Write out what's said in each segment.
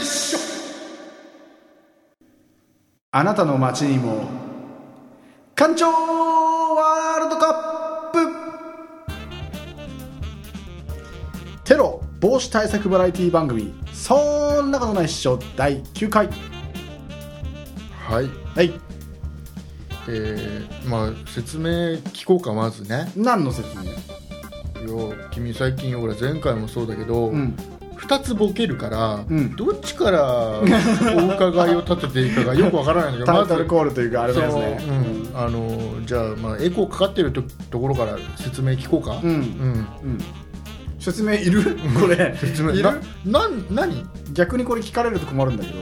しょ。あなたの街にも館長ワールドカップ。テロ防止対策バラエティ番組、そんなことないっしょ第9回。 はい、 はい。 まあ説明聞こうか。まずね、 何の説明？ 君最近ほら前回もそうだけど、2つボケるから、どっちからお伺いを立てていいかがよくわからないんだけどタイトルコールというかあれですね。 じゃあ、まあ、エコーかかってる ところから説明聞こうか。 説明いる？これ説明いる？何？ 逆にこれ聞かれると困るんだけど。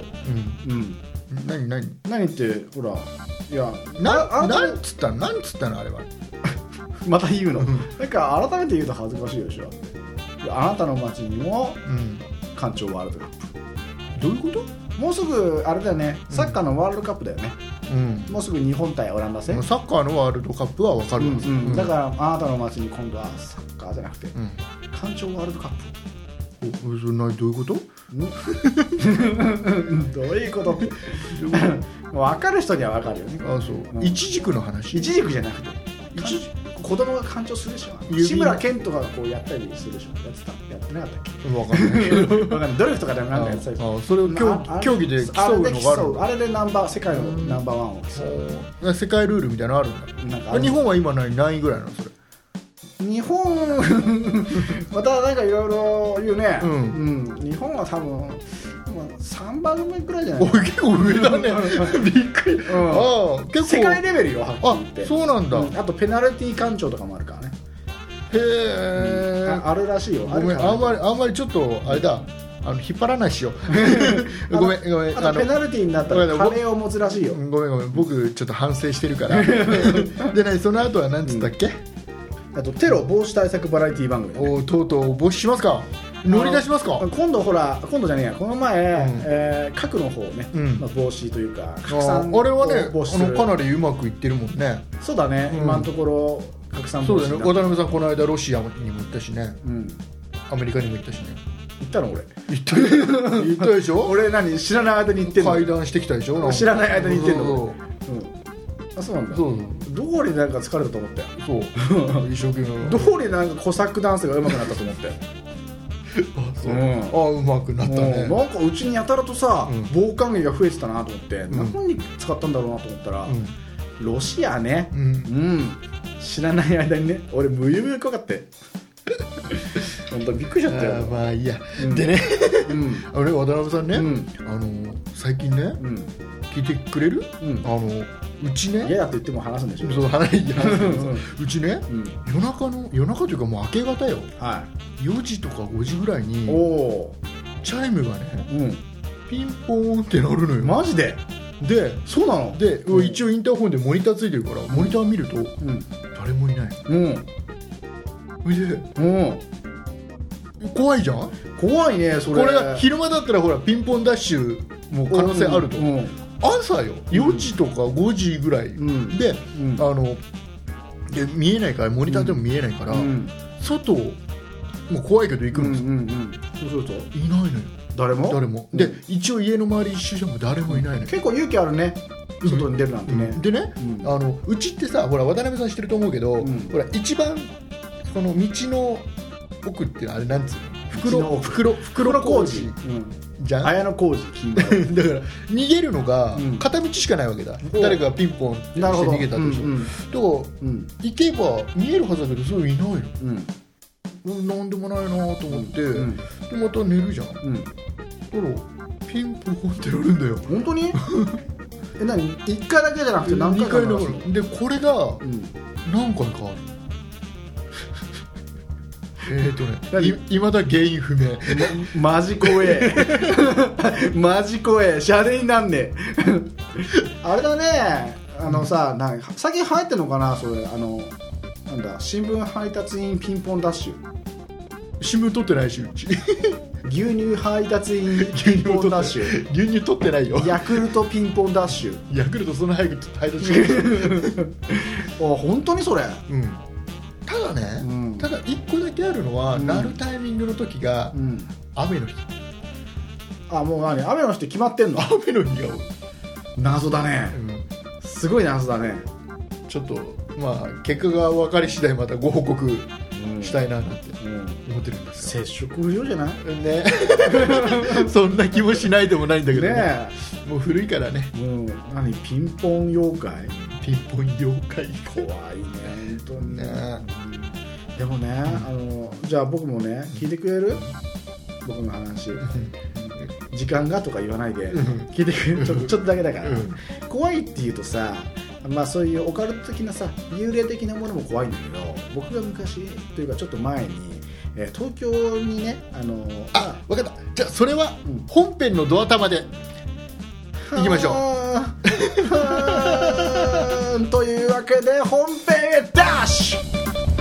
何ってほら、いやなんつったのあれは。 また言うの？なんか改めて言うと恥ずかしいでしょ。あなたの街にも館長ワールドカップ。 どういうこと？ もうすぐあれだよね、サッカーのワールドカップだよね。もうすぐ日本対オランダ戦。 サッカーのワールドカップは分かるんですよ。 だからあなたの街に今度はサッカーじゃなくて館長ワールドカップ。 どういうこと？ どういうことって分かる人には分かるよね。 そう。一軸の話？ 一軸じゃなくて子供が館長するでしょ。志村けんとかがこうやったりするでしょ。やってなかったっけ？ 分かんないドリフとかでもなんかやってたりする。 それを競技で競うのがある。 あれで世界のナンバーワンを競う。世界ルールみたいなのあるんだ。日本は今何位ぐらいなのそれ？ 日本またなんかいろいろ言うね。日本は多分3番目くらいじゃない？ 結構上だね。びっくり。結構世界レベルよ、はっきり言って。 そうなんだ。 あとペナルティー館長とかもあるからね。 へえ。 あるらしいよ。 ごめん、あんまりちょっとあれだ、引っ張らないしよ。ごめん。 あとペナルティーになったら金を持つらしいよ。 ごめん、僕ちょっと反省してるから。で、その後は何つったっけ？ あとテロ防止対策バラエティ番組。 とうとう防止しますか？乗り出しますか？ 今度じゃねえや、この前、核の方ね、防止というか拡散あれはね、 防止する。 かなりうまくいってるもんね。 そうだね、今のところ拡散防止。 そうだね。渡辺さんこの間ロシアにも行ったしね、アメリカにも行ったしね。 行ったの？俺行ったでしょ。 俺知らない間に行ってんの？ 会談してきたでしょ。 知らない間に行ってんの？あ、そうなんだ。どうりなんか疲れたと思ったよ。 そう一生懸命。 どうりなんかコサックダンスが上手くなったと思ったよ。 うまくなったね。 なんかうちにやたらとさ、防寒着が増えてたなと思って、何に使ったんだろうなと思ったら、ロシアね。知らない間にね、俺むゆむゆかかって本当びっくりしちゃったよ。 まあいいや。でね、渡辺さんね、最近ね、聞いてくれる？うちね、 嫌だって言っても話すんでしょ。 そう、うちね、夜中というかもう明け方よ、4時とか5時ぐらいにチャイムがね、ピンポーンって鳴るのよ。 マジで？ で、 そうなの？ で、一応インターホンでモニターついてるから、モニター見ると誰もいない。で、怖いじゃん。 怖いねそれ。 これが昼間だったらほらピンポンダッシュも可能性あると。朝よ、4時とか5時ぐらいで、見えないから、モニターでも見えないから、外もう怖いけど行くんですよ。そうするといないのよ。誰も。で、一応家の周り一周しても誰もいないのよ。 結構勇気あるね、外に出るなんてね。 でね、うちってさ、ほら渡辺さん知ってると思うけど、ほら一番その道の奥ってあれなんつうの？袋小路じゃん。 綾小路だから逃げるのが片道しかないわけだ。誰かがピンポンってして逃げたでしょ。だから行けば見えるはずだけど、そういないの。なんでもないなと思って、でまた寝るじゃん。だからピンポンってなるんだよ。 本当に？何？1回だけじゃなくて何回か鳴らすの？ でこれが何回かある。いまだ原因不明。 マジ怖え。マジ怖え。シャレになんねえ。あれだね、さ、最近流行ってんのかなそれ。なんだ、新聞配達員ピンポンダッシュ。 新聞取ってないし、うち。 牛乳配達員ピンポンダッシュ。 牛乳取ってないよ。 ヤクルトピンポンダッシュ。 ヤクルトその早く配達しない。 本当にそれ？ ただね、ただ1個だけあるのは、鳴るタイミングの時が雨の日。 もう何、雨の日って決まってんの？ 雨の日が多い。 謎だね、すごい謎だね。 ちょっとまあ結果が分かり次第またご報告したいななんて思ってるんですよ。接触不良じゃないねそんな気もしないでもないんだけど ねもう古いからね。 何、ピンポン妖怪？ ピンポン妖怪怖いね本当にね。でもね、じゃあ僕もね聞いてくれる？僕の話時間がとか言わないで聞いてくれる？ちょっとだけだから、怖いって言うとさ、まあそういうオカルト的なさ、幽霊的なものも怖いんだけど、僕が昔というかちょっと前に、東京にね、 分かった。じゃあそれは本編のドア玉で行きましょうというわけで本編へダッシュ。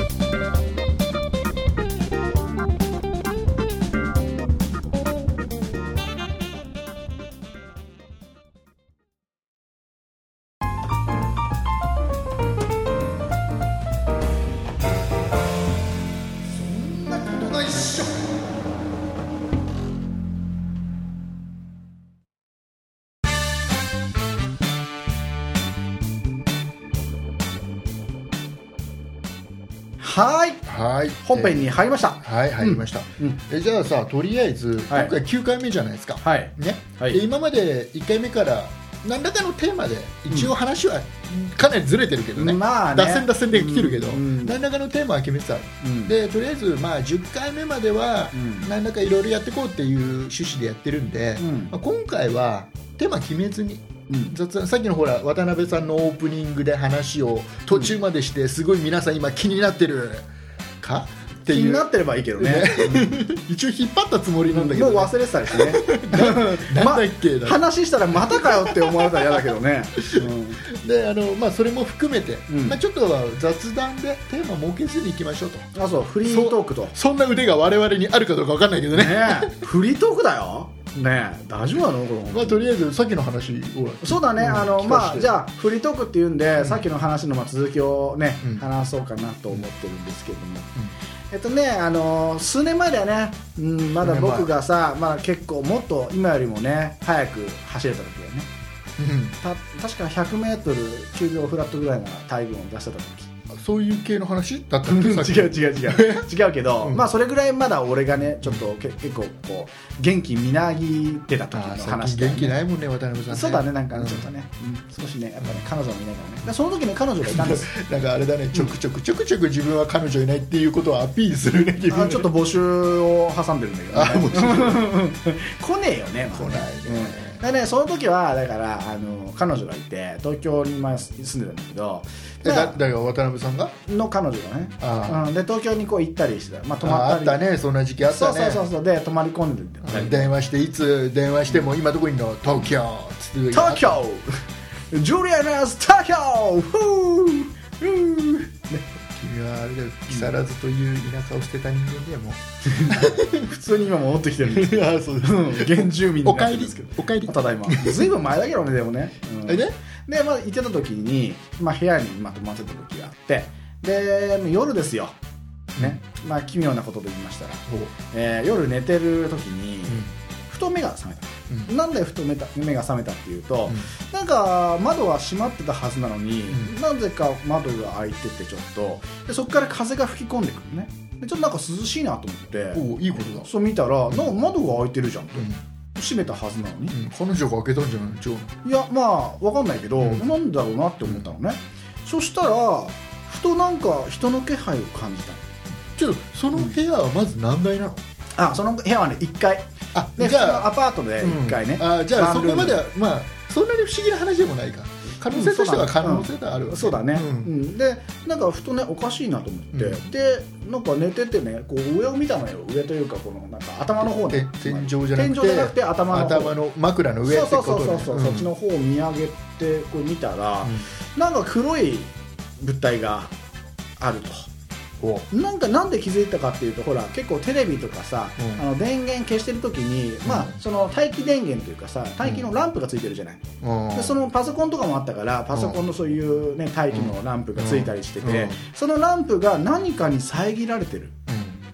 はい、本編に入りました。 入りました。じゃあさ、とりあえず今回9回目じゃないですか。ね。今まで1回目から何らかのテーマで一応話はかなりずれてるけどね。脱線で来てるけど、何らかのテーマは決めてた。で、とりあえずまあ10回目までは何らかいろいろやっていこうっていう趣旨でやってるんで、今回はテーマ決めずに。さっきのほら渡辺さんのオープニングで話を途中までしてすごい皆さん今気になってるかっていう、 気になってればいいけどね一応引っ張ったつもりなんだけど、 もう忘れてたりしてねなんだっけ、話したらまたかよって思われたら嫌だけどねでまあ、それも含めて、まあ、ちょっと雑談でテーマ設けずにいきましょうと。 そうフリートークと。 そんな腕が我々にあるかどうか分かんないけど ねフリートークだよね。大丈夫なのこれ。 まあ、とりあえずさっきの話をそうだね、まあ、じゃあフリートークっていうんで、さっきの話の続きをね、話そうかなと思ってるんですけども、数年前だよね、まだ僕がさ、まあ、結構もっと今よりもね早く走れた時だよね、確か 100m9 秒フラットぐらいのタイムを出してた時。 そういう系の話だったっけ違うけど、まあそれぐらいまだ俺がねちょっと結構こう元気みなぎってた時の話だよね。 元気ないもんね渡辺さんね。 そうだね、なんかちょっとね、少しねやっぱね彼女もいないからね。その時ね彼女がいたんですなんかあれだね、ちょくちょく自分は彼女いないっていうことをアピールするね。 ちょっと募集を挟んでるんだけどね来ねえよね。 来ないね。 でね、その時はだから彼女がいて東京に住んでたんだけど、 だから渡辺さんがの彼女がね、で東京にこう行ったりして、まあ、泊まったり。 あったね、そんな時期あったね。 そうで泊まり込んでて、 電話していつ電話しても今どこにいるの、東京つって、 東京ジュリアナス東京フーね。 君はあれだよ、木更津という田舎を捨てた人間でも普通に今戻ってきてるんですあ、そうです、 原住民になってるんですけど、 お帰りただいまずいぶん前だけどね。でもね、で、まあ、行ってた時に、まあ、部屋に泊まってた時があって、で夜ですよ、ね、まあ、奇妙なことと言いましたら、夜寝てる時に、ふと目が覚めた。なんでふと目が覚めたっていうと、なんか窓は閉まってたはずなのに、なぜか窓が開いててちょっとで、そこから風が吹き込んでくるね。でちょっとなんか涼しいなと思って、 いいことだ。 そう見たら、なんか窓が開いてるじゃんと、閉めたはずなのに、 彼女が開けたんじゃないの？ いや、まあ分かんないけど、なんだろうなって思ったのね。そしたらふとなんか人の気配を感じたの。 ちょっとその部屋はまず何階なの？ その部屋はね1階で、 じゃあアパートで1階ね、 じゃあそこまではまあそんなに不思議な話でもないか。可能性としては可能性があるわけ。 そうだね、でなんかふとねおかしいなと思って、でなんか寝ててね、こう上を見たのよ。上というかこのなんか頭の方で、 天井じゃなくて頭の枕の上ってことね。 そっちの方を見上げてこう見たら、なんか黒い物体があると。なんで気づいたかっていうと、ほら結構テレビとかさ、電源消してる時に、まあその待機電源というかさ、待機のランプがついてるじゃない、でそのパソコンとかもあったから、パソコンのそういうね待機のランプがついたりしてて、そのランプが何かに遮られてる、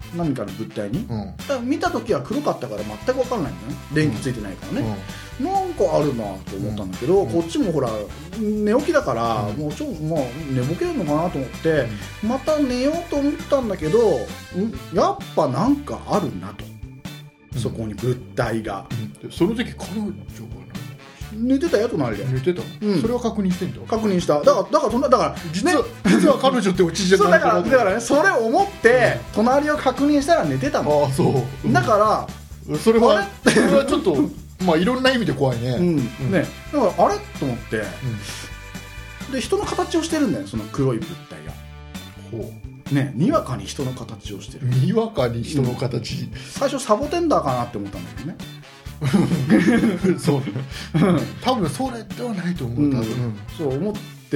何かの物体に、だから見た時は黒かったから全く分からないんだよね、電気ついてないからね、なんかあるなと思ったんだけど、こっちもほら寝起きだから、もう寝ぼけるのかなと思って、また寝ようと思ったんだけど、やっぱなんかあるなと、そこに物体が、 その時彼女は寝てたよ隣で。 寝てた、それは確認してんだ。 確認した。だから実は彼女ってオチじゃないかな。 だからね、それを思って隣を確認したら寝てたの。 ああ、そう。 だからそれはちょっとまあいろんな意味で怖いね。 ね、だからあれと思って、で人の形をしてるんだよ、その黒い物体が。ほうね、にわかに人の形をしてる。 にわかに人の形、 最初サボテンダーかなって思ったんだけどね。 そう多分それではないと思う、多分、 そう思って、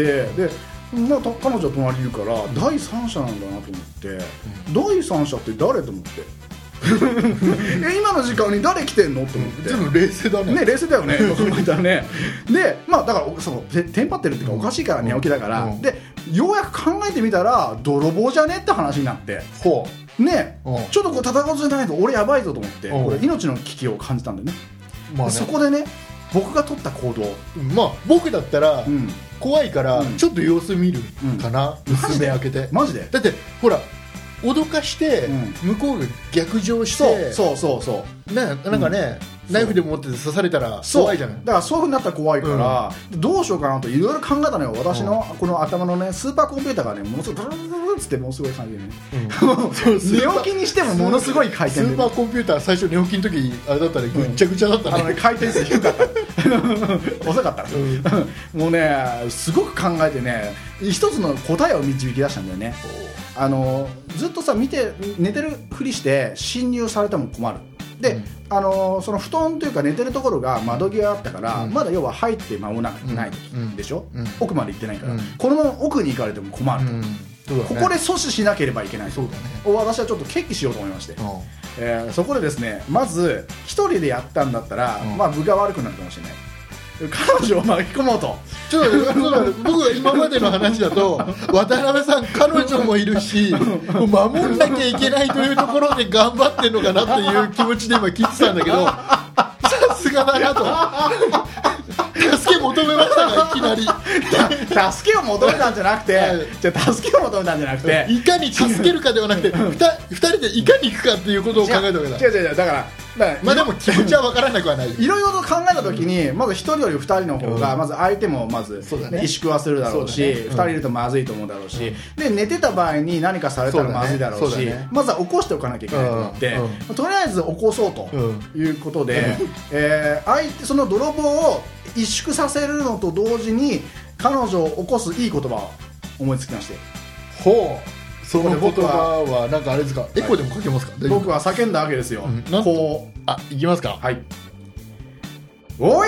で、まあ、彼女は隣にいるから、第三者なんだなと思って、第三者って誰と思って今の時間に誰来てんのと思って、 全部冷静だね。 冷静だよね考えたらね。で、まあだからそうテンパってるっていうか、おかしいから寝起きだから、でようやく考えてみたら泥棒じゃねって話になって、 ほうね、ちょっとこう戦うじゃないと俺やばいぞと思って、これ命の危機を感じたんでね。まあね、そこでね、僕が取った行動、 まあ僕だったら怖いからちょっと様子見るかな、娘開けて。 マジで？ だってほら脅かして向こうが逆上して、 そうね、なんかね、ナイフでも持ってて刺されたら怖いじゃない。 だからそういう風になったら怖いから、どうしようかなといろいろ考えたのよ。私のこの頭のね、スーパーコンピューターがね、ものすごいブルブルブルって、ものすごい感じでね、寝起きにしてもものすごい回転で、 スーパーコンピューター最初寝起きの時あれだったらぐっちゃぐちゃだったね。 回転数低かった遅かったもうね、すごく考えてね、一つの答えを導き出したんだよね。ずっとさ、寝てるふりして侵入されても困る。で、その布団というか寝てるところが窓際だったから、まだ要は入って間もないでしょ、奥まで行ってないから、このまま奥に行かれても困ると、ここで阻止しなければいけない。そうだね。私はちょっと決起しようと思いまして、そこでですね、まず一人でやったんだったら、まあ分が悪くなるかもしれない。彼女を巻き込もうと。 ちょっと僕は今までの話だと渡辺さん彼女もいるし守んなきゃいけないというところで頑張ってるのかなっていう気持ちで今聞いてたんだけど、さすがだなと。助け求めましたが、いきなり助けを求めたんじゃなくて、助けを求めたんじゃなくて、 いかに助けるかではなくて2人でいかに行くかっていうことを考えたわけだ。 違うだからまあでも気持ちは分からなくはない。 いろいろと考えたときに、まず1人より2人の方が、まず相手もまず萎縮はするだろうし、2人いるとまずいと思うだろうし、で寝てた場合に何かされたらまずいだろうし、まずは起こしておかなきゃいけないと思って、とりあえず起こそうということで、その泥棒を萎縮させるのと同時に彼女を起こすいい言葉を思いつきまして。 ほう。その言葉はなんかあれですか、エコーでもかけますか？ 僕は叫んだわけですよ。こう、 いきますか。 はい。おい。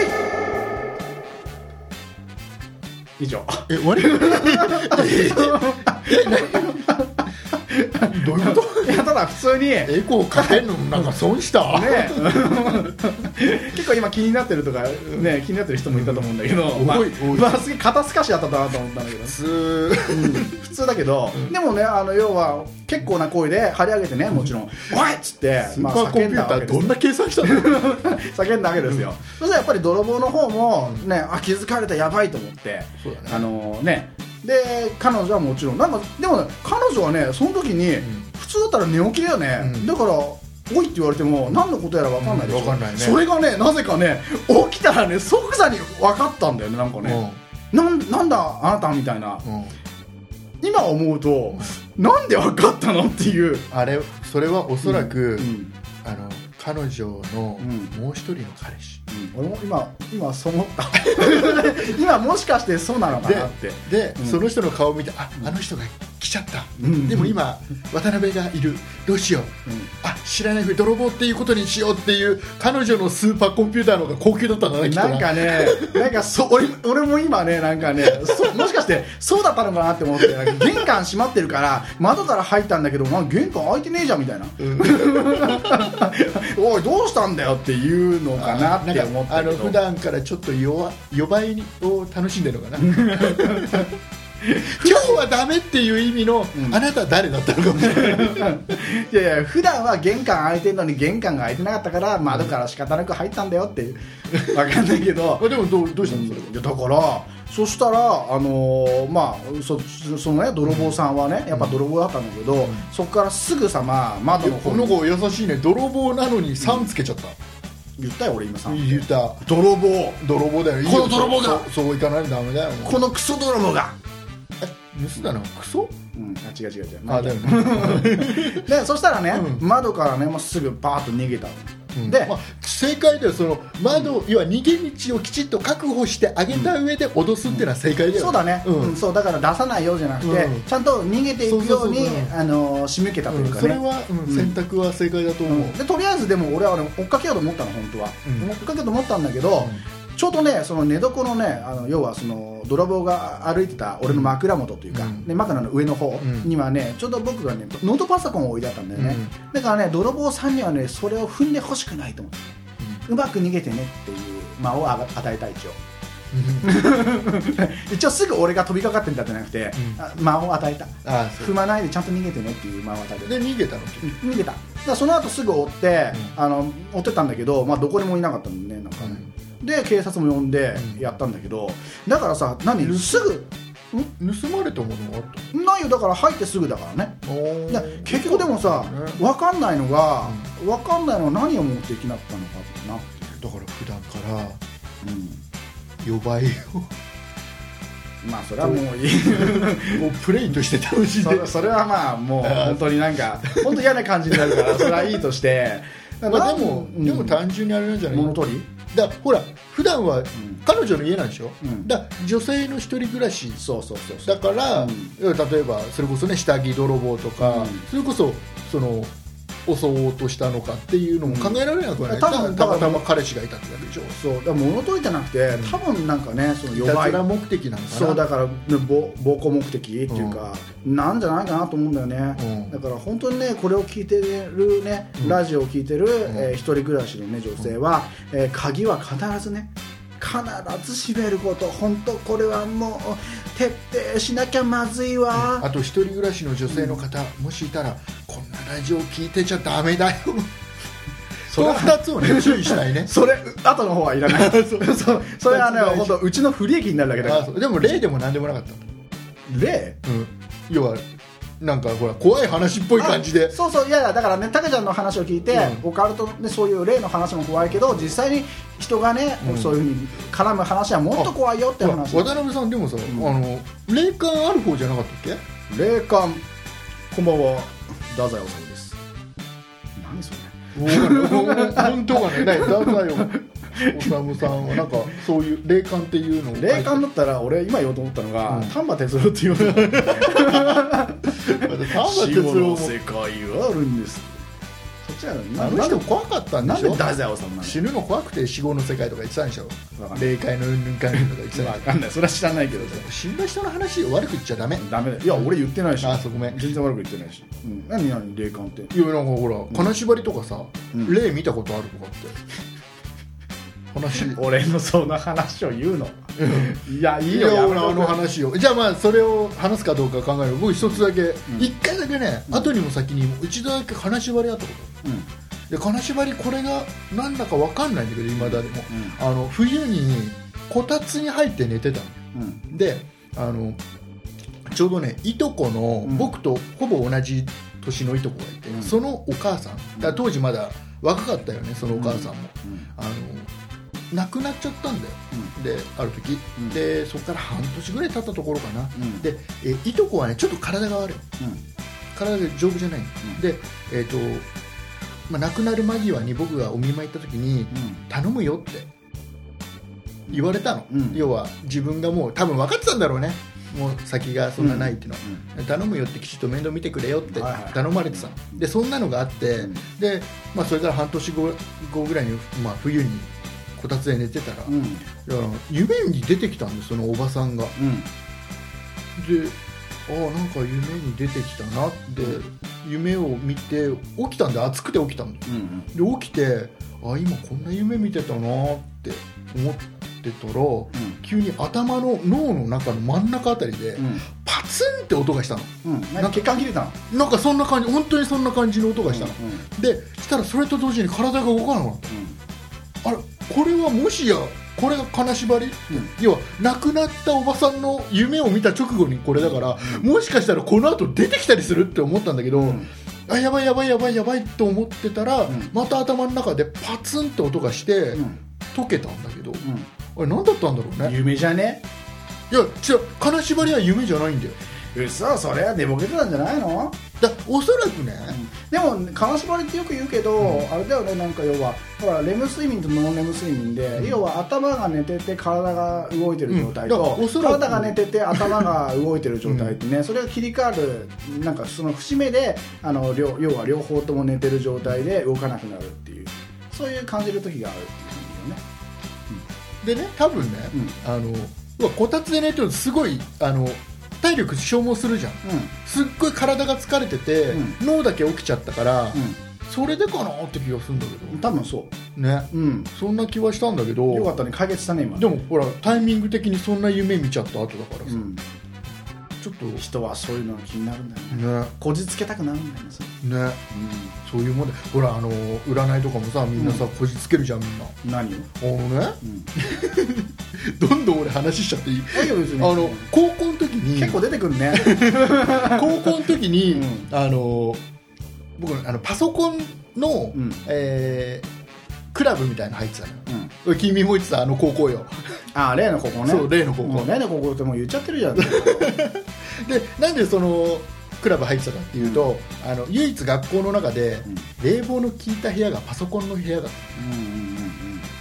以上。 終わり？どういうこと？ いや、ただ普通にエコーかけるのなんか損したね。 結構今気になってるとかね、気になってる人もいたと思うんだけど、すげえ肩透かしやったなと思ったんだけど、普通だけど、でもね、要は結構な声で張り上げてね、もちろんおいっつってスーパーコンピューターどんな計算したの？ 叫んだわけですよ。そしたらやっぱり泥棒の方もね、気づかれた、やばいと思って、で彼女はもちろんなんか、でもね、彼女はね、その時に普通だったら寝起きだよね、だからおいって言われても何のことやら分かんないでしょ、それがね、なぜかね、起きたらね、即座に分かったんだよね。なんかね、なんだあなたみたいな、今思うとなんで分かったのっていう。 それはおそらく、彼女のもう一人の彼氏、 俺も今そう思った今もしかしてそうなのかなって。 で、その人の顔を見て、あの人が来ちゃった、でも今渡辺がいる、どうしよう、知らないふり、泥棒っていうことにしようっていう彼女のスーパーコンピューターの方が高級だったんだね、きっと。 なんかね、俺も今ね、なんかね、もしかしてそうだったのかなって思って、なんか玄関閉まってるから窓から入ったんだけど、玄関開いてねえじゃんみたいな、おいどうしたんだよっていうのかなって思ったけど、 普段からちょっと弱いを楽しんでるのかな今日はダメっていう意味の、あなたは誰だったのかもしれないいやいや普段は玄関開いてるのに玄関が開いてなかったから窓から仕方なく入ったんだよって分かんないけどでもどうしたのそれ。 だからそしたらまあそのね泥棒さんはねやっぱ泥棒だったんだけど、そこからすぐさま窓の方に。 この子優しいね。泥棒なのに3つけちゃった。 言ったよ俺今3。 言った。 泥棒だよ。 この泥棒がそういかないとダメだよ。 このクソ泥棒が盗んだのクソ。 違うだよね。 でそしたらね、窓からねもうすぐパーッと逃げたの。で、 正解だよ。その窓、要は逃げ道をきちっと確保してあげた上で脅すっていうのは正解だよ。 そうだね、そうだから出さないようじゃなくて、ちゃんと逃げていくように仕向けたというかね、 それは、選択は正解だと思う。 でとりあえずでも俺は追っかけようと思ったの本当は、追っかけようと思ったんだけど、ちょうどねその寝床のね要はその泥棒が歩いてた俺の枕元というか、で枕の上の方にはね、ちょうど僕がねノートパソコンを置いてあったんだよね、だからね泥棒さんにはねそれを踏んでほしくないと思って、うまく逃げてねっていう間を与えたい一応すぐ俺が飛びかかってんだってなくて、間を与えた。踏まないでちゃんと逃げてねっていう間を与えて。 で逃げたの。 逃げた。だからその後すぐ追って追ってたんだけど、どこにもいなかったんでねなんかね。で警察も呼んでやったんだけど、だからさすぐ盗まれたものがあったないよ。だから入ってすぐだからね。結局でもさ分かんないのが何を持っていきなったのかな。 だから普段から呼ばいをそれはもういいもうプレイとして楽しんでそれはまあもう本当になんか本当嫌な感じになるからそれはいいとして、 でも単純にあれなんじゃない。 物取りだほら普段は彼女の家なんでしょ、だ女性の一人暮らしだから、例えばそれこそね下着泥棒とか、それこそその襲おうとしたのかっていうのも考えられなくはない、たまたま彼氏がいたってだけでしょ。 そうだから物取りじゃなくて多分なんかねそのいたずら目的なのかな。 そうだから暴行目的っていうか、なんじゃないかなと思うんだよね、だから本当にねこれを聞いてるね、ラジオを聞いてる、一人暮らしのね女性は、鍵は必ずね閉めること。本当これはもう徹底しなきゃまずいわ。 あと一人暮らしの女性の方、もしいたらこんなラジオ聞いてちゃダメだよその2つをね注意したいねそれ後の方はいらないそれはね本当うちの不利益になるだけだから。 でも例でも何でもなかった。 例、 要はなんかほら怖い話っぽい感じで。 そういやだからねタケちゃんの話を聞いて、オカルトでそういう例の話も怖いけど実際に人がね、そういう風に絡む話はもっと怖いよって話。 渡辺さんでもさ、霊感ある方じゃなかったっけ。霊感こんばんは太宰治です何それ本当はね太宰治さんはなんかそういう霊感っていうのを霊感だったら俺今言おうと思ったのが、丹波哲郎っていうのが死後の世界があるんです。そっちはあの人怖かったんでしょ。 なんで太宰治なの。 死ぬの怖くて死後の世界とか言ってたんでしょ。霊界のうんぬんかんぬんとか言ってた。 分かんないそれは知らないけど死んだ人の話を悪く言っちゃダメだよ。いや俺言ってないし。 そうごめん全然悪く言ってないし。何霊感って。 いやなんかほら金縛りとかさ、霊見たことあるとかって俺のその話を言うのいやいいよあの話を。じゃあそれを話すかどうか考える。僕一つだけ一回だけね、後にも先にも一度だけ金縛りあったこと、で金縛りこれがなんだか分かんないんだけど今だでも、冬にこたつに入って寝てたの、でちょうどねいとこの、僕とほぼ同じ年のいとこがいて、そのお母さんだ当時まだ若かったよね。そのお母さんも、亡くなっちゃったんだよ、である時、でそこから半年ぐらい経ったところかな、でいとこはねちょっと体が悪い、体が丈夫じゃない、で亡くなる間際に僕がお見舞い行った時に、頼むよって言われたの、要は自分がもう多分分かってたんだろうね、もう先がそんなないっていうの、頼むよってきちっと面倒見てくれよって頼まれてたの、でそんなのがあって、で、それから半年後ぐらいに、冬にこたつで寝てたら、夢に出てきたんですそのおばさんが、でなんか夢に出てきたなって、夢を見て起きたんで暑くて起きたんだ、で起きて今こんな夢見てたなって思ってたら、急に頭の脳の中の真ん中あたりで、パツンって音がしたの、 なんか血管切れたの、 なんかそんな感じ、本当にそんな感じの音がしたの、でしたらそれと同時に体が動かなくなった、あれこれはもしやこれが金縛り、要は亡くなったおばさんの夢を見た直後にこれだから、もしかしたらこの後出てきたりするって思ったんだけど、あやばいやばいやばいやばいと思ってたら、また頭の中でパツンって音がして、溶けたんだけど、あれ何だったんだろうね。 夢じゃね？ いや違う、金縛りは夢じゃないんだよ。 嘘、それは寝ぼけてたんじゃないの？ おそらくね、 でも金縛りってよく言うけど、あれだよね、なんか要はほらレム睡眠とノンレム睡眠で、要は頭が寝てて体が動いてる状態と、体が寝てて頭が動いてる状態ってね、それが切り替わる、なんかその節目で要は両方とも寝てる状態で動かなくなるっていう、そういう感じる時があるっていうね。 でね、多分ね、こたつで寝てるとすごい体力消耗するじゃん、すっごい体が疲れてて、脳だけ起きちゃったから、それでかなって気がするんだけど、 多分そうね、そんな気はしたんだけど、 よかったね、解決したね今。 でもほらタイミング的にそんな夢見ちゃった後だからさ、ちょっと人はそういうのが気になるんだよね。こじつけたくなるんだよね。 そういうもんで、ほら占いとかもさ、みんなさ、こじつけるじゃん、みんな。 何を？ どんどん俺話しちゃっていい？高校の時に結構出てくるね。 高校の時に、僕パソコンの、クラブみたいなの入ってたの、君も言ってた高校よ。 例の高校ね。 そう、例の高校。 例の高校ってもう言っちゃってるじゃん。 で、なんでそのクラブ入ってたかっていうと、唯一学校の中で冷房の効いた部屋がパソコンの部屋だった、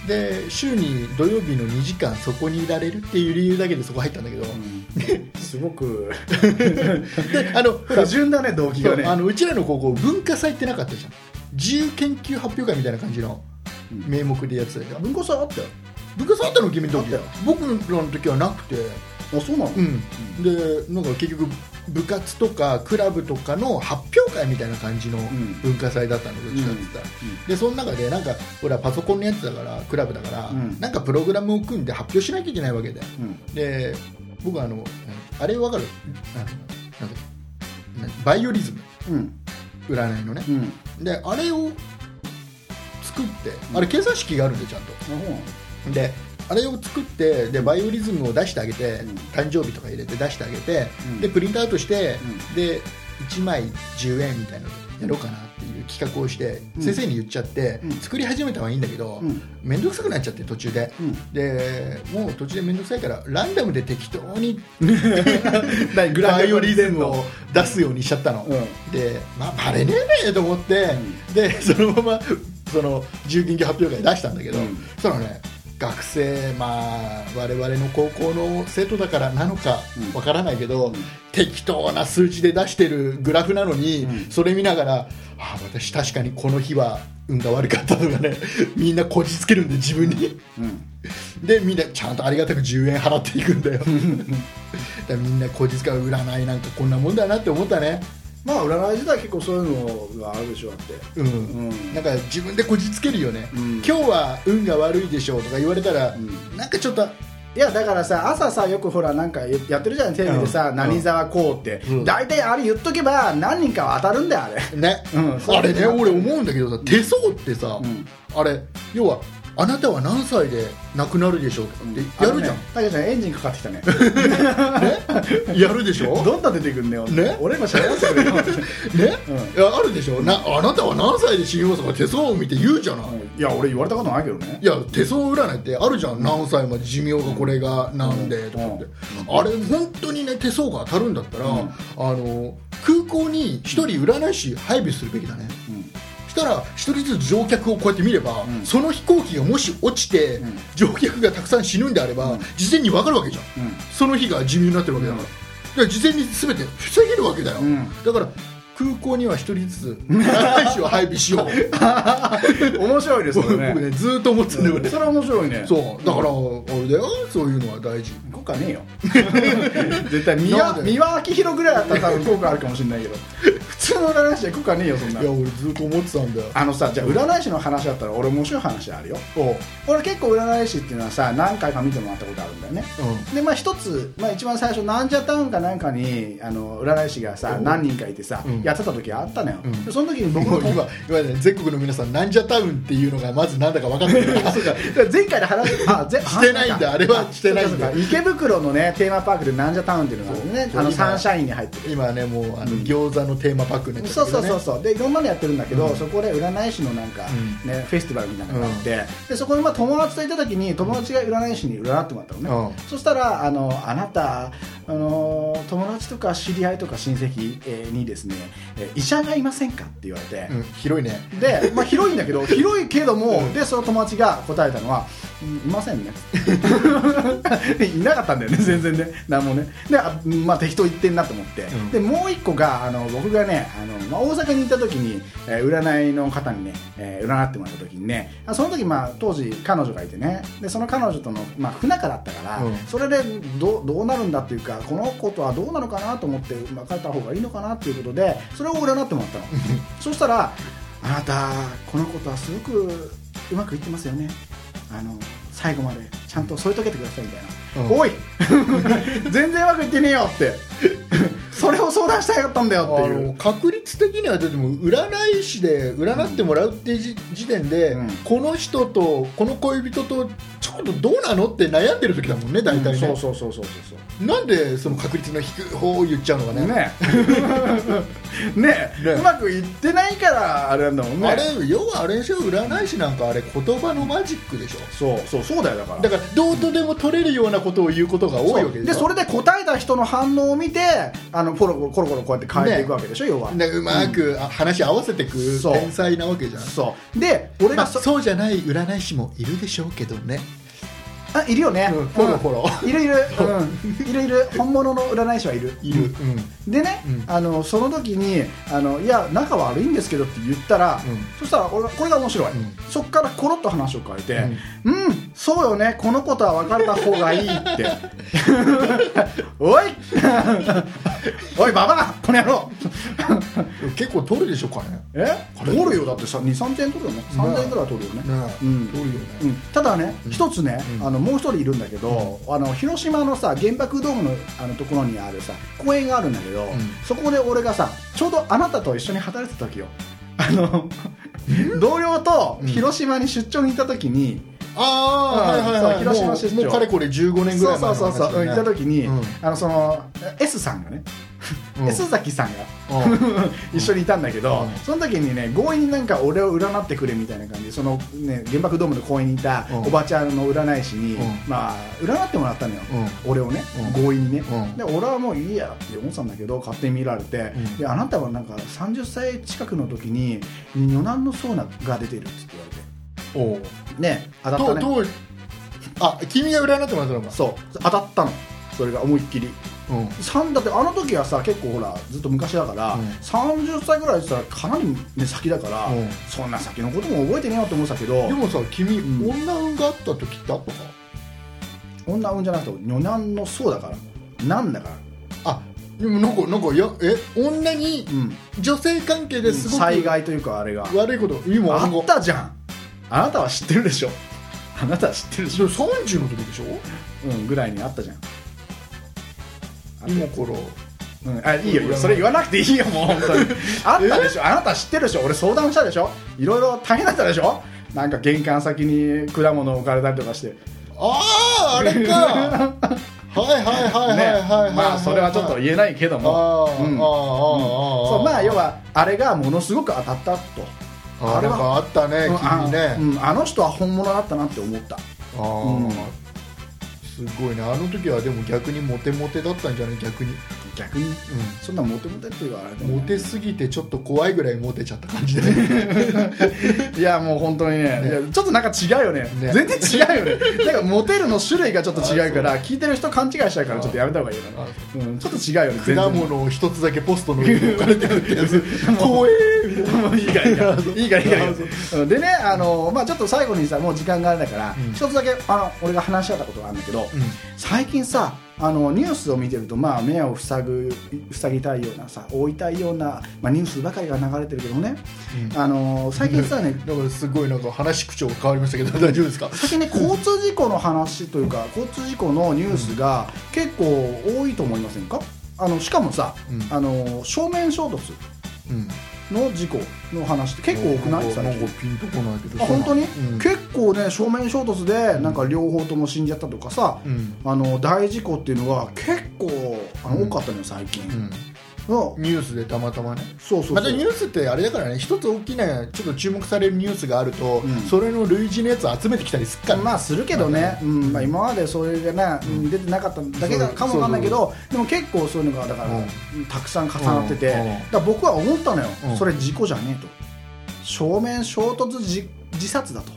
で週に土曜日の2時間そこにいられるっていう理由だけでそこ入ったんだけど、 すごくで不純だね、動機がね。 うちらの高校文化祭ってなかったじゃん。自由研究発表会みたいな感じの名目でやってたじゃん。 文化祭あったよ。 文化祭あったの？君の時。僕らの時はなくて。 あ、そうなの？ で、なんか結局部活とかクラブとかの発表会みたいな感じの文化祭だったの、どっちかって言ったら。でその中でなんかほらパソコンのやつだからクラブだから、なんかプログラムを組んで発表しなきゃいけないわけで、で僕はあれ分かる？なんだバイオリズム、占いのね、であれを作って、あれ計算式があるんでちゃんと、であれを作って、でバイオリズムを出してあげて、誕生日とか入れて出してあげて、でプリントアウトして、で1枚10円みたいなのやろうかなっていう企画をして、先生に言っちゃって、作り始めたのはいいんだけど、面倒くさくなっちゃって途中で、でもう途中で面倒くさいからランダムで適当にバイオリズムを出すようにしちゃったの、でバレねえねと思って、でそのままその自由研究発表会出したんだけど、そしたらね、学生、我々の高校の生徒だからなのかわからないけど、適当な数値で出してるグラフなのに、それ見ながら、私確かにこの日は運が悪かったとかね、みんなこじつけるんで自分に、でみんなちゃんとありがたく10円払っていくんだよ。だみんなこじつける、占いなんかこんなもんだなって思ったね。 占い自体結構そういうのがあるでしょ、だって、 なんか自分でこじつけるよね、今日は運が悪いでしょうとか言われたら、なんかちょっと、 いやだからさ、朝さよくほらなんかやってるじゃん、テレビでさ、何座こうって、大体あれ言っとけば何人かは当たるんだよ、あれね、 あれね、俺思うんだけどさ、手相ってさ、あれ要はあなたは何歳で亡くなるでしょうとかってやるじゃん。 たけちゃんエンジンかかってきたね。 やるでしょ。どんな出てくんねよ。俺もしゃべらせてくれよ。ね。 いやあるでしょ。あなたは何歳で死にますとか手相を見て言うじゃない。 いや俺言われたことないけどね。 いや手相占いってあるじゃん。何歳まで寿命がこれがなんでとかって。あれ本当にね手相が当たるんだったら、空港に一人占い師配備するべきだね。したら一人ずつ乗客をこうやって見れば、その飛行機がもし落ちて、乗客がたくさん死ぬんであれば、事前に分かるわけじゃん、その日が寿命になってるわけだから、事前に全て防げるわけだよ、だから空港には一人ずつ占い師を配備しよう。 面白いですよね。 僕ねずっと思ってたんだよね。 それは面白いね。 そうだからあれだよ、そういうのは大事。 効果ねえよ。絶対三輪明宏ぐらいだったら多分効果あるかもしれないけど、普通の占い師で効果ねえよそんな。 いや俺ずっと思ってたんだよ。 さじゃあ占い師の話だったら俺面白い話あるよ。俺結構占い師っていうのはさ何回か見てもらったことあるんだよね、でまあ一つ、一番最初なんちゃタウンかなんかに占い師がさ何人かいてさ、やってた時あったのよ、でその時に僕も今ね全国の皆さんなんじゃタウンっていうのがまずなんだか分かんないから前回で話してないんだ、あれはしてないんだ。 池袋のねテーマパークでなんじゃタウンっていうのがあるね、サンシャインに入ってる今ねもう餃子のテーマパークね、 そうでいろんなのやってるんだけど、そこで占い師のなんかね、フェスティバルみたいなのがあって、でそこに友達といた時に友達が占い師に占ってもらったのね、そしたらあなた友達とか知り合いとか親戚にですね医者がいませんかって言われて、 広いねで、広いんだけど広いけども、でその友達が答えたのはいませんねいなかったんだよね全然ね、なんもねで適当言ってんなと思って、でもう一個が僕がね大阪に行った時に、占いの方にね、占ってもらった時にね、その時当時彼女がいてね、でその彼女との不仲だったから、それでどうなるんだっていうかこの子とはどうなのかなと思って別れた方がいいのかなっていうことでそれを占ってもらったのそしたらあなたこの子とはすごくうまくいってますよね、最後までちゃんと添い遂げてくださいみたいな、おい全然うまくいってねえよってそれを相談したかったんだよっていう。 確率的にはでも占い師で占ってもらうって時点で、この人とこの恋人とちょっとどうなのって悩んでる時だもんね大体ね、そうなんでその確率の低い方を言っちゃうのかねうまくいってないからあれなんだもんね。 あれ要はあれでしょ、占い師なんかあれ言葉のマジックでしょ。 そうだよ。だからどうとでも取れるようなことを言うことが多いわけでしょ。 でそれで答えた人の反応を見てコロコロこうやって変えていくわけでしょ、要はうまく話合わせていく天才なわけじゃん。 そうで俺がそうじゃない占い師もいるでしょうけどね。 いるよね、 フォロいるいる本物の占い師はいるでね、その時にいや仲悪いんですけどって言ったら、そしたらこれが面白い、そっからコロッと話を変えて、そうよねこのことは別れた方がいいっておいババアこの野郎結構取るでしょ金。 取るよ、だってさ 2,3 点取るよね、3点ぐらい取るよね、取るよね。ただね一つねもう一人いるんだけど、広島のさ原爆ドームのところにあるさ公園があるんだけど、そこで俺がさちょうどあなたと一緒に働いてた時よ、同僚と広島に出張に行った時に、広島出張もうかれこれ15年ぐらい前の話だね。 行った時に、その S さんがねS 崎さんが一緒にいたんだけど、その時にね強引になんか俺を占ってくれみたいな感じで、そのね原爆ドームの公園にいたおばちゃんの占い師に占ってもらったのよ、俺をね強引にね。で俺はもういいやって思ってたんだけど勝手に見られて、であなたはなんか30歳近くの時に女難の相が出てるって言われて、ね当たったね。 君が占ってもらったのか。 そう当たったの、それが思いっきり。だってあの時はさ結構ほらずっと昔だから、30歳ぐらいって言ったらかなり、先だから、そんな先のことも覚えてねえよって思ってたけど。 でもさ君、女運があった時ってあったか。 女運じゃなくて女難の相だからなんだから。 でもなんか女に、女性関係ですごく災害というかあれが悪いこと今あったじゃん。あなたは知ってるでしょ。あなたは知ってるでしょ。 30の時でしょ。 ぐらいにあったじゃん。 今頃いいよそれ言わなくていいよもう本当にあったでしょ。あなた知ってるでしょ。俺相談したでしょ。いろいろ大変だったでしょ。なんか玄関先に果物置かれたりとかして。 あれかはいそれはちょっと言えないけども、要はあれがものすごく当たったと。 あれがあったね君ね。 あの人は本物だったなって思った。 すごいね。あの時はでも逆にモテモテだったんじゃない。逆に、 そんなモテモテっていうかあれ、 モテすぎてちょっと怖いぐらいモテちゃった感じでいやもう本当にね、ちょっとなんか違うよね。全然違うよね。なんかモテるの種類がちょっと違うから聞いてる人勘違いしちゃうからちょっとやめた方がいいよな。ちょっと違うよね。 果物を一つだけポストの上に置かれてるってやつ怖いいからでねちょっと最後にさもう時間があれだから一つだけ俺が話し合ったことがあるんだけど、最近さニュースを見てると、まあ、目を塞ぎたいようなさ、覆いたいような、まあ、ニュースばかりが流れてるけどね、最近さねだからすごいなんか話口調が変わりましたけど大丈夫ですか？ 最近ね、交通事故の話というか交通事故のニュースが結構多いと思いませんか？しかもさ、正面衝突の事故の話って結構多くない？最近なんかピンとこないけど。 本当に、結構ね、正面衝突でなんか両方とも死んじゃったとかさ、大事故っていうのが結構多かったのよ最近、 ニュースでたまたまね。またニュースってあれだからね、一つ大きなちょっと注目されるニュースがあると、それの類似のやつを集めてきたりするから、 まあするけどね、まあ、今までそれがね、出てなかっただけかもわかんないけど、でも結構そういうのがだから、たくさん重なってて、だから僕は思ったのよ、それ事故じゃねえと、正面衝突自殺だと。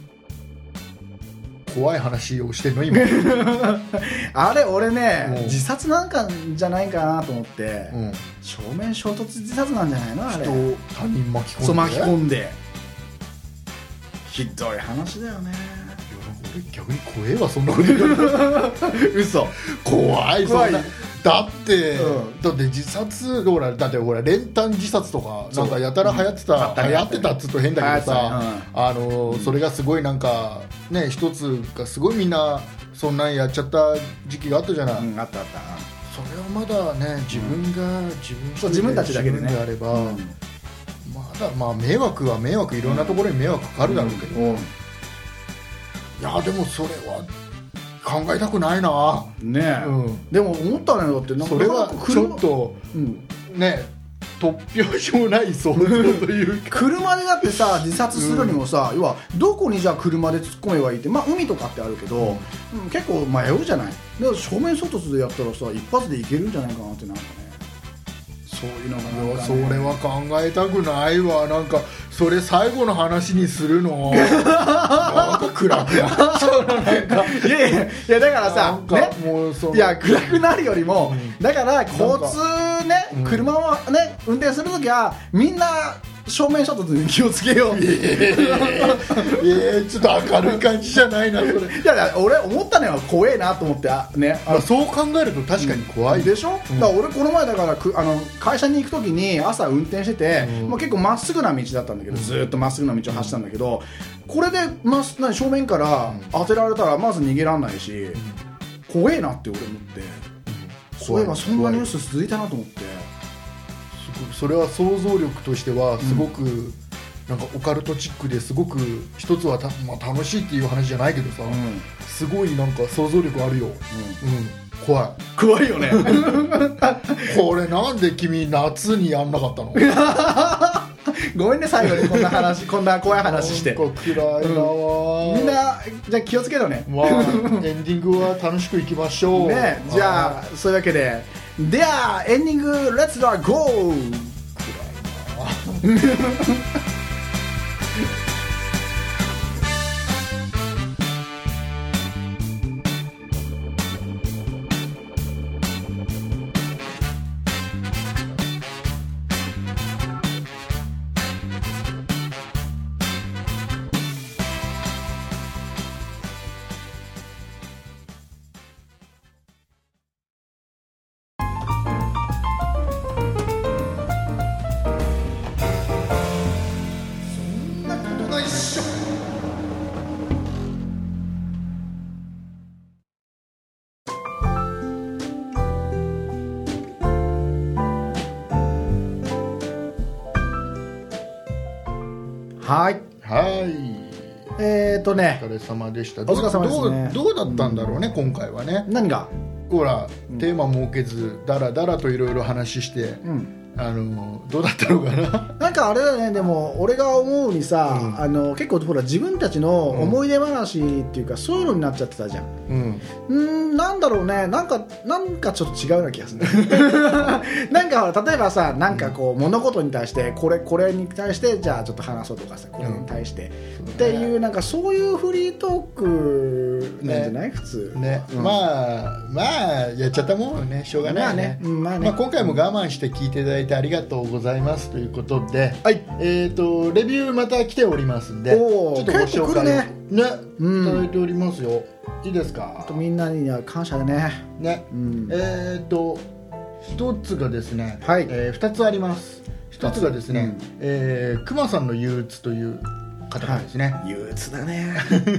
怖い話をしてるの今あれ俺ね、自殺なんかじゃないかなと思って、正面衝突自殺なんじゃないのあれ。 人を他人巻き込んで、 そう巻き込んで、ひどい話だよね。 俺逆に怖えわそんなこと言う嘘、 怖いそんな。だって、だって自殺、だってほら練炭自殺とかなんかやたら流行ってたっつうと変だけどさ、それがすごいなんかね、一つがすごいみんなそんなんやっちゃった時期があったじゃない。 あった。 それはまだね、自分たちだけでねあれば、まだまあ迷惑は迷惑、いろんなところに迷惑かかるだろうけど、いやでもそれは考えたくないなね。でも思ったのよ、だってなんかそれはちょっとね、突拍子もない想像というか車でだってさ、自殺するにもさ、要はどこにじゃあ車で突っ込めばいいって、まあ海とかってあるけど、結構迷うじゃない。で正面衝突でやったらさ、一発でいけるんじゃないかなって、なんかね、そういうのがなんか、ね、 それは考えたくないわ。なんかそれ最後の話にするのなんか暗くなっちゃうな。なんかいやだからさ、ね、 もういや暗くなるよりも、だから交通ね、車をね運転するときはみんな正面衝突に気をつけよう。 ちょっと明るい感じじゃないなそれ。いや俺思ったのよ、怖えなと思ってね。 そう考えると確かに怖いでしょ。だから俺この前だから会社に行くときに朝運転してて、まあ、結構まっすぐな道だったんだけど、ずっとまっすぐな道を走ったんだけど、これで正面から当てられたらまず逃げらんないし、怖えなって俺思って、そういえばそんなニュース続いたなと思って。 それは想像力としてはすごくなんかオカルトチックですごく一つはまあ、楽しいっていう話じゃないけどさ、すごいなんか想像力あるよ。怖いよねこれなんで君夏にやんなかったのごめんね、最後にこんな話こんな怖い話して。 なんか暗いなわ、 みんなじゃあ気をつけろね。 まあ、エンディングは楽しくいきましょうね。じゃあそういうわけで、ではエンディングレッツゴー。暗いなはいお疲れ様でした。 お疲れ様ですね。 どうだったんだろうね、今回はね。 何がほら、テーマ設けずだらだらといろいろ話して、どうだったのかな。 なんかあれだよね。でも俺が思うにさ、結構ほら自分たちの思い出話っていうか、そういうのになっちゃってたじゃん。なんだろうね。なんかちょっと違うような気がするなんかほら、例えばさ、なんかこう物事に対してこれに対してじゃあちょっと話そうとかさ、これに対して、っていうなんかそういうフリートークなんじゃない、普通ね。まあやっちゃったもんね、しょうがないね。まあ今回も我慢して聞いていただいてありがとうございますということで、レビューまた来ておりますんで、ちょっとご紹介ね、いただいておりますよ。いいですか。 あとみんなには感謝でね。 ね、一つがですね、 はい、 2つあります。一つがですね、くまさんの憂鬱という方がですね、 憂鬱だね。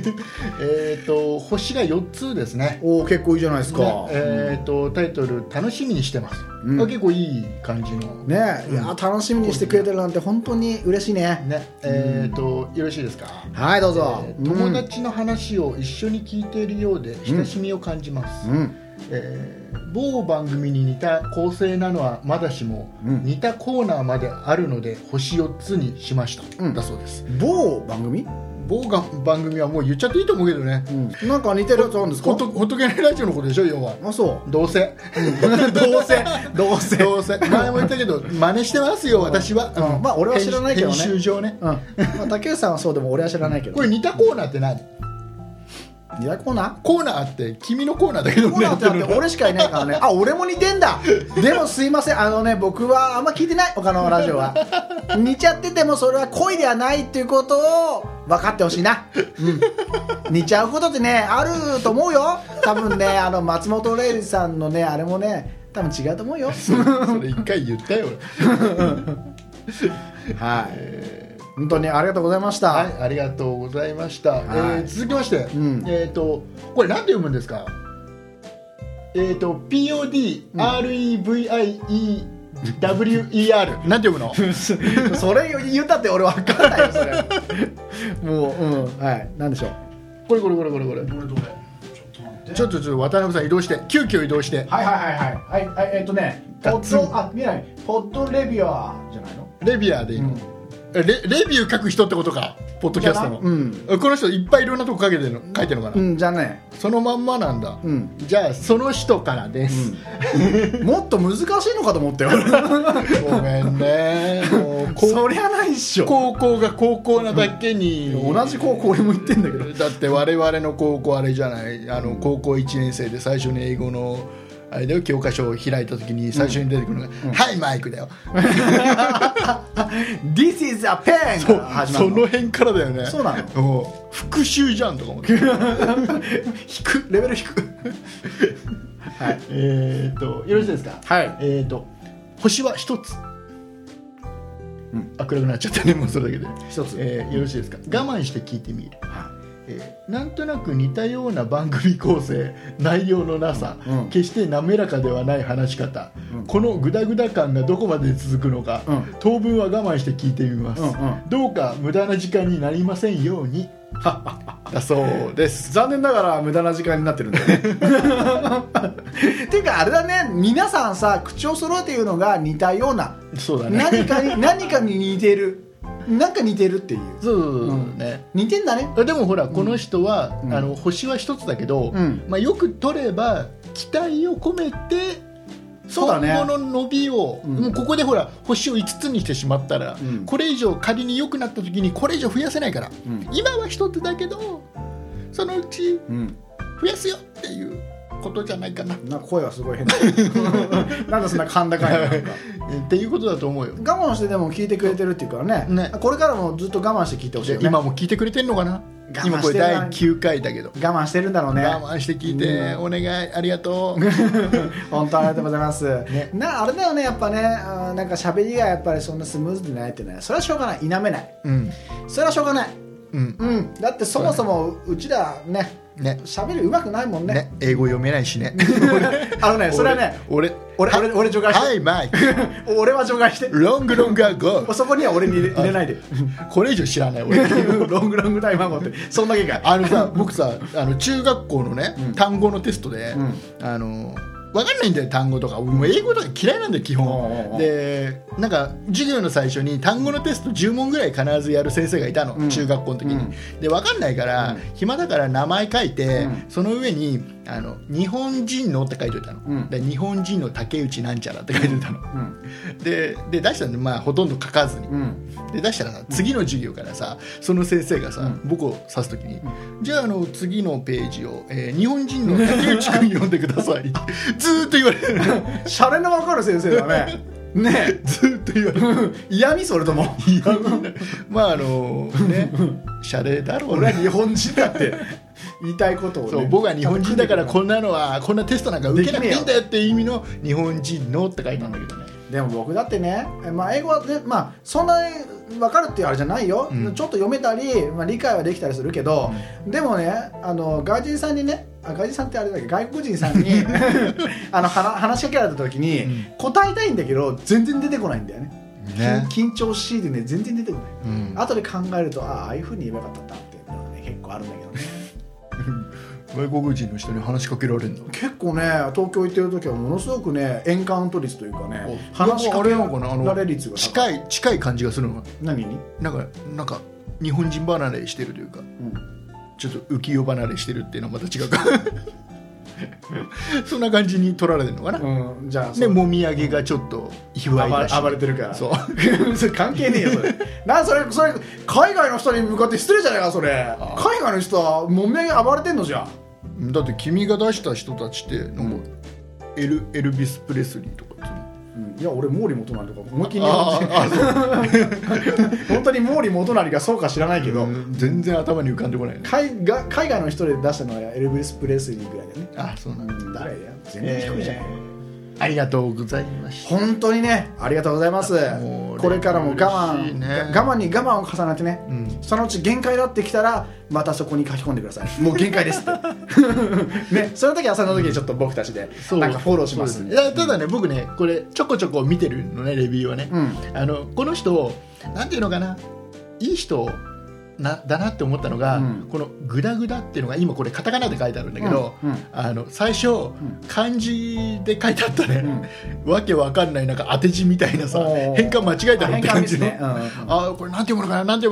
星が4つですね。 お、結構いいじゃないですか。 タイトル楽しみにしてます。結構いい感じのね。いや楽しみにしてくれてるなんて本当に嬉しいね。 よろしいですか。 はい、どうぞ。 友達の話を一緒に聞いているようで親しみを感じます。某番組に似た構成なのはまだしも、似たコーナーまであるので星4つにしました、だそうです。 某番組はもう言っちゃっていいと思うけどね、 なんか似てるやつあるんですか。 ほっとけないラジオのことでしょ、要は。 あ、そう。 どうせどうせ前も言ったけど真似してますよ、私は。 まあ俺は知らないけどね、 編集上ね。 竹内さんはそうでも俺は知らないけど。 これ似たコーナーって何？ 似たコーナーって君のコーナーだけどね。 コーナーってだって俺しかいないからね。あ、俺も似てんだ。でもすいません、僕はあんま聞いてない、他のラジオは。似ちゃっててもそれは恋ではないっていうことを分かってほしいな。似ちゃうことってねあると思うよ。多分ね、松本零士さんのねあれもね多分違うと思うよ。 それ一回言ったよ俺。はい。本当にありがとうございました。 はい、ありがとうございました。続きまして、これ何て読むんですか。PODREVIEWER なんて読むの？ それ言ったって俺分かんないよそれ。もう、はい、なんでしょう。 これ。ちょっと渡辺さん移動して、急遽移動して。 はい、見ない。ポッドレビュアーじゃないの？ レビュアーでいいの？レビュー書く人ってことか、ポッドキャストの。この人いっぱいいろんなとこ書いてるのかな。 じゃね、 そのまんまなんだ。じゃあその人からです。 もっと難しいのかと思ったよ。 ごめんね。 そりゃないっしょ。 高校が高校なだけに、 同じ高校俺も行ってんだけど。 だって我々の高校あれじゃない、高校1年生で最初に英語のあれだよ、教科書を開いた時に最初に出てくるのが、はいマイクだよ。 This is a pen が始まるの。 その辺からだよね。 そうなの。 復習じゃんとか思って。 レベル低く。 はい。よろしいですか。 はい。 星は一つ。暗くなっちゃったね、もうそれだけで。 一つ。 よろしいですか。我慢して聞いてみる。なんとなく似たような番組構成、内容のなさ、決して滑らかではない話し方、このグダグダ感がどこまで続くのか、当分は我慢して聞いてみます、どうか無駄な時間になりませんように。だそうです。 残念ながら無駄な時間になってるんだよね。っていうかあれだね、皆さんさ口を揃えて言うのが似たような、 そうだね、 何かに似てる、なんか似てるっていう。 そうね、 似てんだね。 でもほら、この人は星は一つだけど、よく取れば期待を込めて、 そうだね、 今後の伸びを、もうここでほら星を5つにしてしまったら、これ以上仮に良くなった時にこれ以上増やせないから、今は一つだけどそのうち増やすよっていうことじゃないかな。 なんか声はすごい変だ。なんだそんな甲高いのなんかっていうことだと思うよ。 我慢してでも聞いてくれてるっていうからね。これからもずっと我慢して聞いてほしいよね。 今も聞いてくれてるのかな。今これ第9回だけど我慢してるんだろうね。 我慢して聞いて、お願い、ありがとう。 本当ありがとうございます、あれだよね、やっぱね、なんか喋りがやっぱりそんなスムーズでないってね、それはしょうがない、否めない、それはしょうがない、だってそもそもうちらね喋るうまくないもんね。 英語読めないしね。 それはね、俺除外して。 はいマイク。 俺は除外して。 ロングロングアゴー。 そこには俺に入れないで。 これ以上知らない俺。 ロングロングタイムアゴーってそんだけか。 僕さ、中学校のね単語のテストで分かんないんだよ、単語とか。もう英語とか嫌いなんだよ基本で。なんか授業の最初に単語のテスト10問ぐらい必ずやる先生がいたの、中学校の時に。で分かんないから、暇だから名前書いて、その上に日本人のって書いておいたの、で日本人の竹内なんちゃらって書いておいたの、で出したんで、ほとんど書かずに、で出したらさ、次の授業からさ、その先生がさ、僕を指す時に、じゃあ次のページを、日本人の竹内君読んでください。ずーっと言われる。 シャレの分かる先生だね。 ねずっと言われる嫌味それとも嫌味まあねシャレだろうね。 俺は日本人だって言いたいことをね、 そう僕は日本人だからこんなテストなんか受けなくていいんだよっていう意味の日本人のって書いたんだけどね。 でも僕だってね、英語はね、そんなに分かるっていうあれじゃないよ、ちょっと読めたり、理解はできたりするけど、でもね外人さんにね外人さんってあれだけど外国人さんに話しかけられた時に、答えたいんだけど全然出てこないんだよね。緊張しいでね全然出てこない、後で考えるとああいう風に言えばよかったっていうのはね結構あるんだけどね外国人の人に話しかけられるんだ。 結構ね東京行ってる時はものすごくねエンカウント率というかね話しかけられ率が近い感じがするのが何になんか日本人離れしてるというか、ちょっと浮世離れしてるっていうのはまた違うかそんな感じに取られてるのかな、 じゃあでもみあげがちょっと卑猥だし暴れてるからそうそれ関係ねえよそれそれ海外の人に向かって失礼じゃないかそれ。海外の人はもみあげ暴れてんのじゃん。 だって君が出した人たちってなんか、エルビス・プレスリーとかいや俺毛利元就とか思いっきり本当に毛利元就がそうか知らないけど、 全然頭に浮かんでこない、ね、 海外の人で出したのはエルビス・プレスリーぐらいだよね。 あそうなんだ、 誰だよ全然一人じゃない、 ありがとうございました。 本当にねありがとうございます。これからも我慢に我慢を重ねてね、そのうち限界だってきたらまたそこに書き込んでください。もう限界ですってね、その時はその時にちょっと僕たちでなんかフォローしますんで。 いやただね僕ねこれちょこちょこ見てるのねレビューはね、この人なんていうのかないい人だなって思ったのが、このグダグダっていうのが今これカタカナで書いてあるんだけど、最初、漢字で書いてあったね、わけわかんないなんか当て字みたいなさ変換間違えたのって感じの、これなんて読むのかな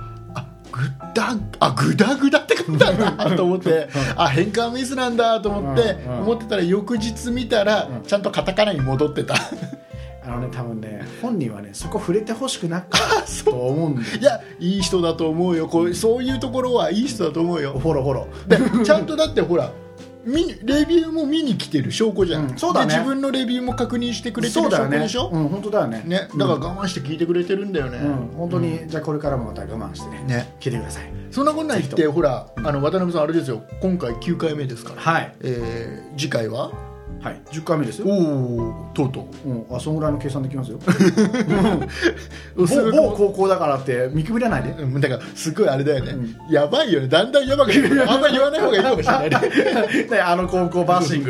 グダグダって書いてあるなと思って変換ミスなんだと思って思ってたら翌日見たらちゃんとカタカナに戻ってた多分ね本人はねそこ触れてほしくなかったと思うんだよ。 いやいい人だと思うよ。そういうところはいい人だと思うよ。 フォローでちゃんとだってほらレビューも見に来てる証拠じゃん、 そうだね、 で自分のレビューも確認してくれてる証拠でしょ。 本当だよね。 だから我慢して聞いてくれてるんだよね、 本当に、じゃあこれからもまた我慢してね聞いてください。 そんなことないってほら渡辺さんあれですよ今回9回目ですから、次回は 10回目ですよ。 とうとう、そのぐらいの計算できますよ某高校だからって見くびらないで。 だからすごいあれだよね、やばいよね。だんだんやばくなるあんまり言わない方がいいかもしれないね高校バッシング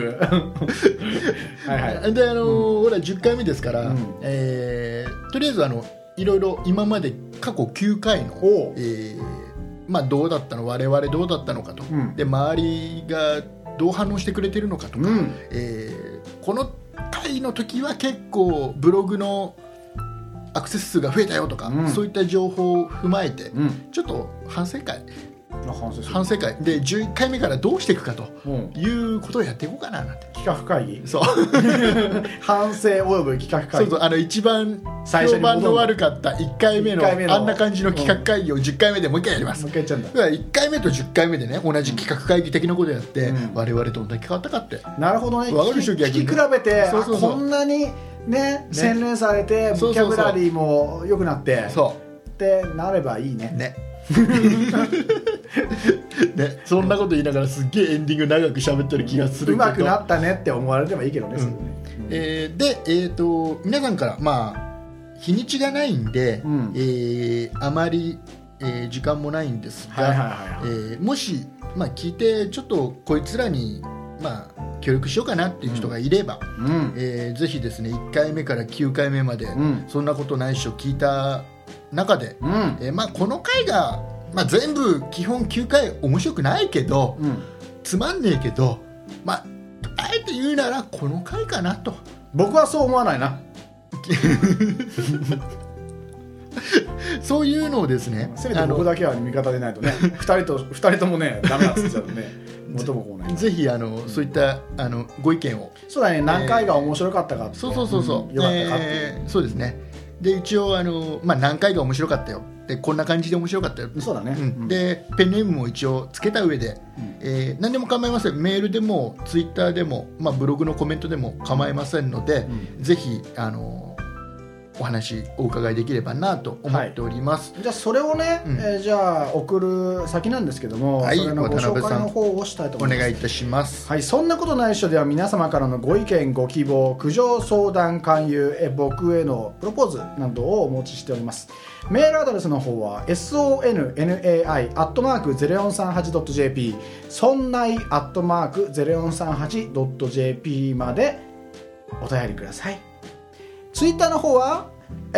でほら10回目ですから、とりあえずいろいろ今まで過去9回のどうだったの我々どうだったのかと、で周りがどう反応してくれてるのかとか、この回の時は結構ブログのアクセス数が増えたよとか、そういった情報を踏まえて、ちょっと反省会で11回目からどうしていくかということをやっていこうかななんて。 企画会議そう反省および企画会議。 そう一番評判の悪かった1回目のあんな感じの企画会議を10回目でもう一回やります。 もう一回やっちゃうんだ。 だから1回目と10回目でね同じ企画会議的なことやって、我々どんだけ変わったかって。 なるほどね。聞き比べてこんなにね洗練されてボキャブラリーも良くなってってなればいいね。 そんなこと言いながらすっげえエンディング長く喋ってる気がするけど、 うまくなったねって思われればいいけどね。 で皆さんから日にちがないんで、あまり、時間もないんですが、もし、聞いてちょっとこいつらに、協力しようかなっていう人がいれば、ぜひですね1回目から9回目まで、そんなことないっしょ聞いた中で、この回が、全部基本9回面白くないけど、つまんねえけど、あえて言うならこの回かなと。 僕はそう思わないなそういうのをですね、 せめて僕だけは味方でないとね2人ともねダメだっつっちゃうとね元もこうね。 ぜひそういったご意見を。 そうだね、何回が面白かったかって、 そうよかったかっていう、 そうですね。で一応何回が面白かったよでこんな感じで面白かったよ。 そうだね、 でペンネームも一応つけた上で、何でも構いません。メールでもツイッターでも、ブログのコメントでも構いませんので、ぜひお話お伺いできればなと思っております、 じゃあそれをね、じゃあ送る先なんですけども、それのご紹介の方をしたいと思います。 お願いいたします。 はい、そんなことないっしょでは皆様からのご意見ご希望苦情相談勧誘僕へのプロポーズなどをお持ちしております。メールアドレスの方は sonnai@0438.jp そんない @0438.jp までお便りください。ツイッターの方は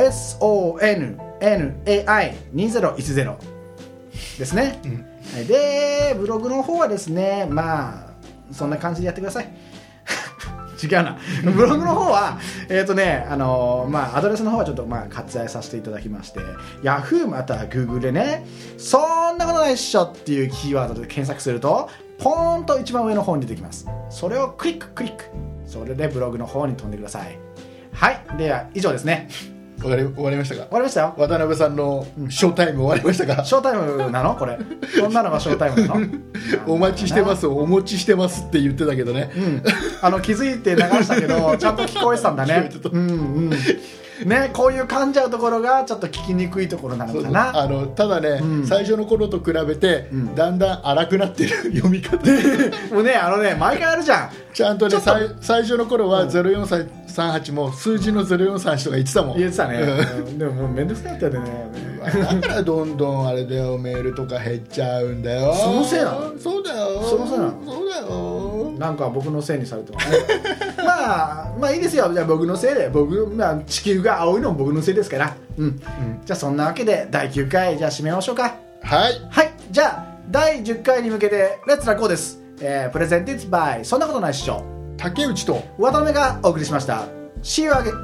sonnai2010 ですね、でブログの方はですね、まあそんな感じでやってください違うなブログの方はまあアドレスの方はちょっとまあ割愛させていただきまして、 Yahoo または Google でねそんなことないっしょっていうキーワードで検索するとポーンと一番上の方に出てきます。それをクリック、それでブログの方に飛んでください。はい、では以上ですね。 終わりましたか？ 終わりましたよ。 渡辺さんのショータイム終わりましたか？ ショータイムなのこれそんなのがショータイムなのお待ちしてます、お持ちしてますって言ってたけどね、 気づいて流したけどちゃんと聞こえてたんだねね、こういう噛んじゃうところがちょっと聞きにくいところなのかな。 ただね、最初の頃と比べて、だんだん荒くなってる読み方もうね毎回あるじゃん。 ちゃんとね最初の頃は0438も数字の0438とか言ってたもん。 言ってたね、でももうめんどくさかったよねだからどんどんあれだよ、メールとか減っちゃうんだよ。 そのせいなの？ そうだよ、 そのせいなの？ そうだよ、 なんか僕のせいにされてますねまあいいですよ。じゃあ僕のせいで地球が青いのも僕のせいですから、じゃあそんなわけで第9回じゃあ締めましょうか。 はい、 じゃあ第10回に向けてレッツラゴーです。プレゼンティッドバイそんなことないっしょ竹内と渡辺がお送りしました。 See you again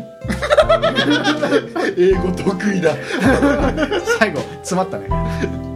英語得意だ最後詰まったね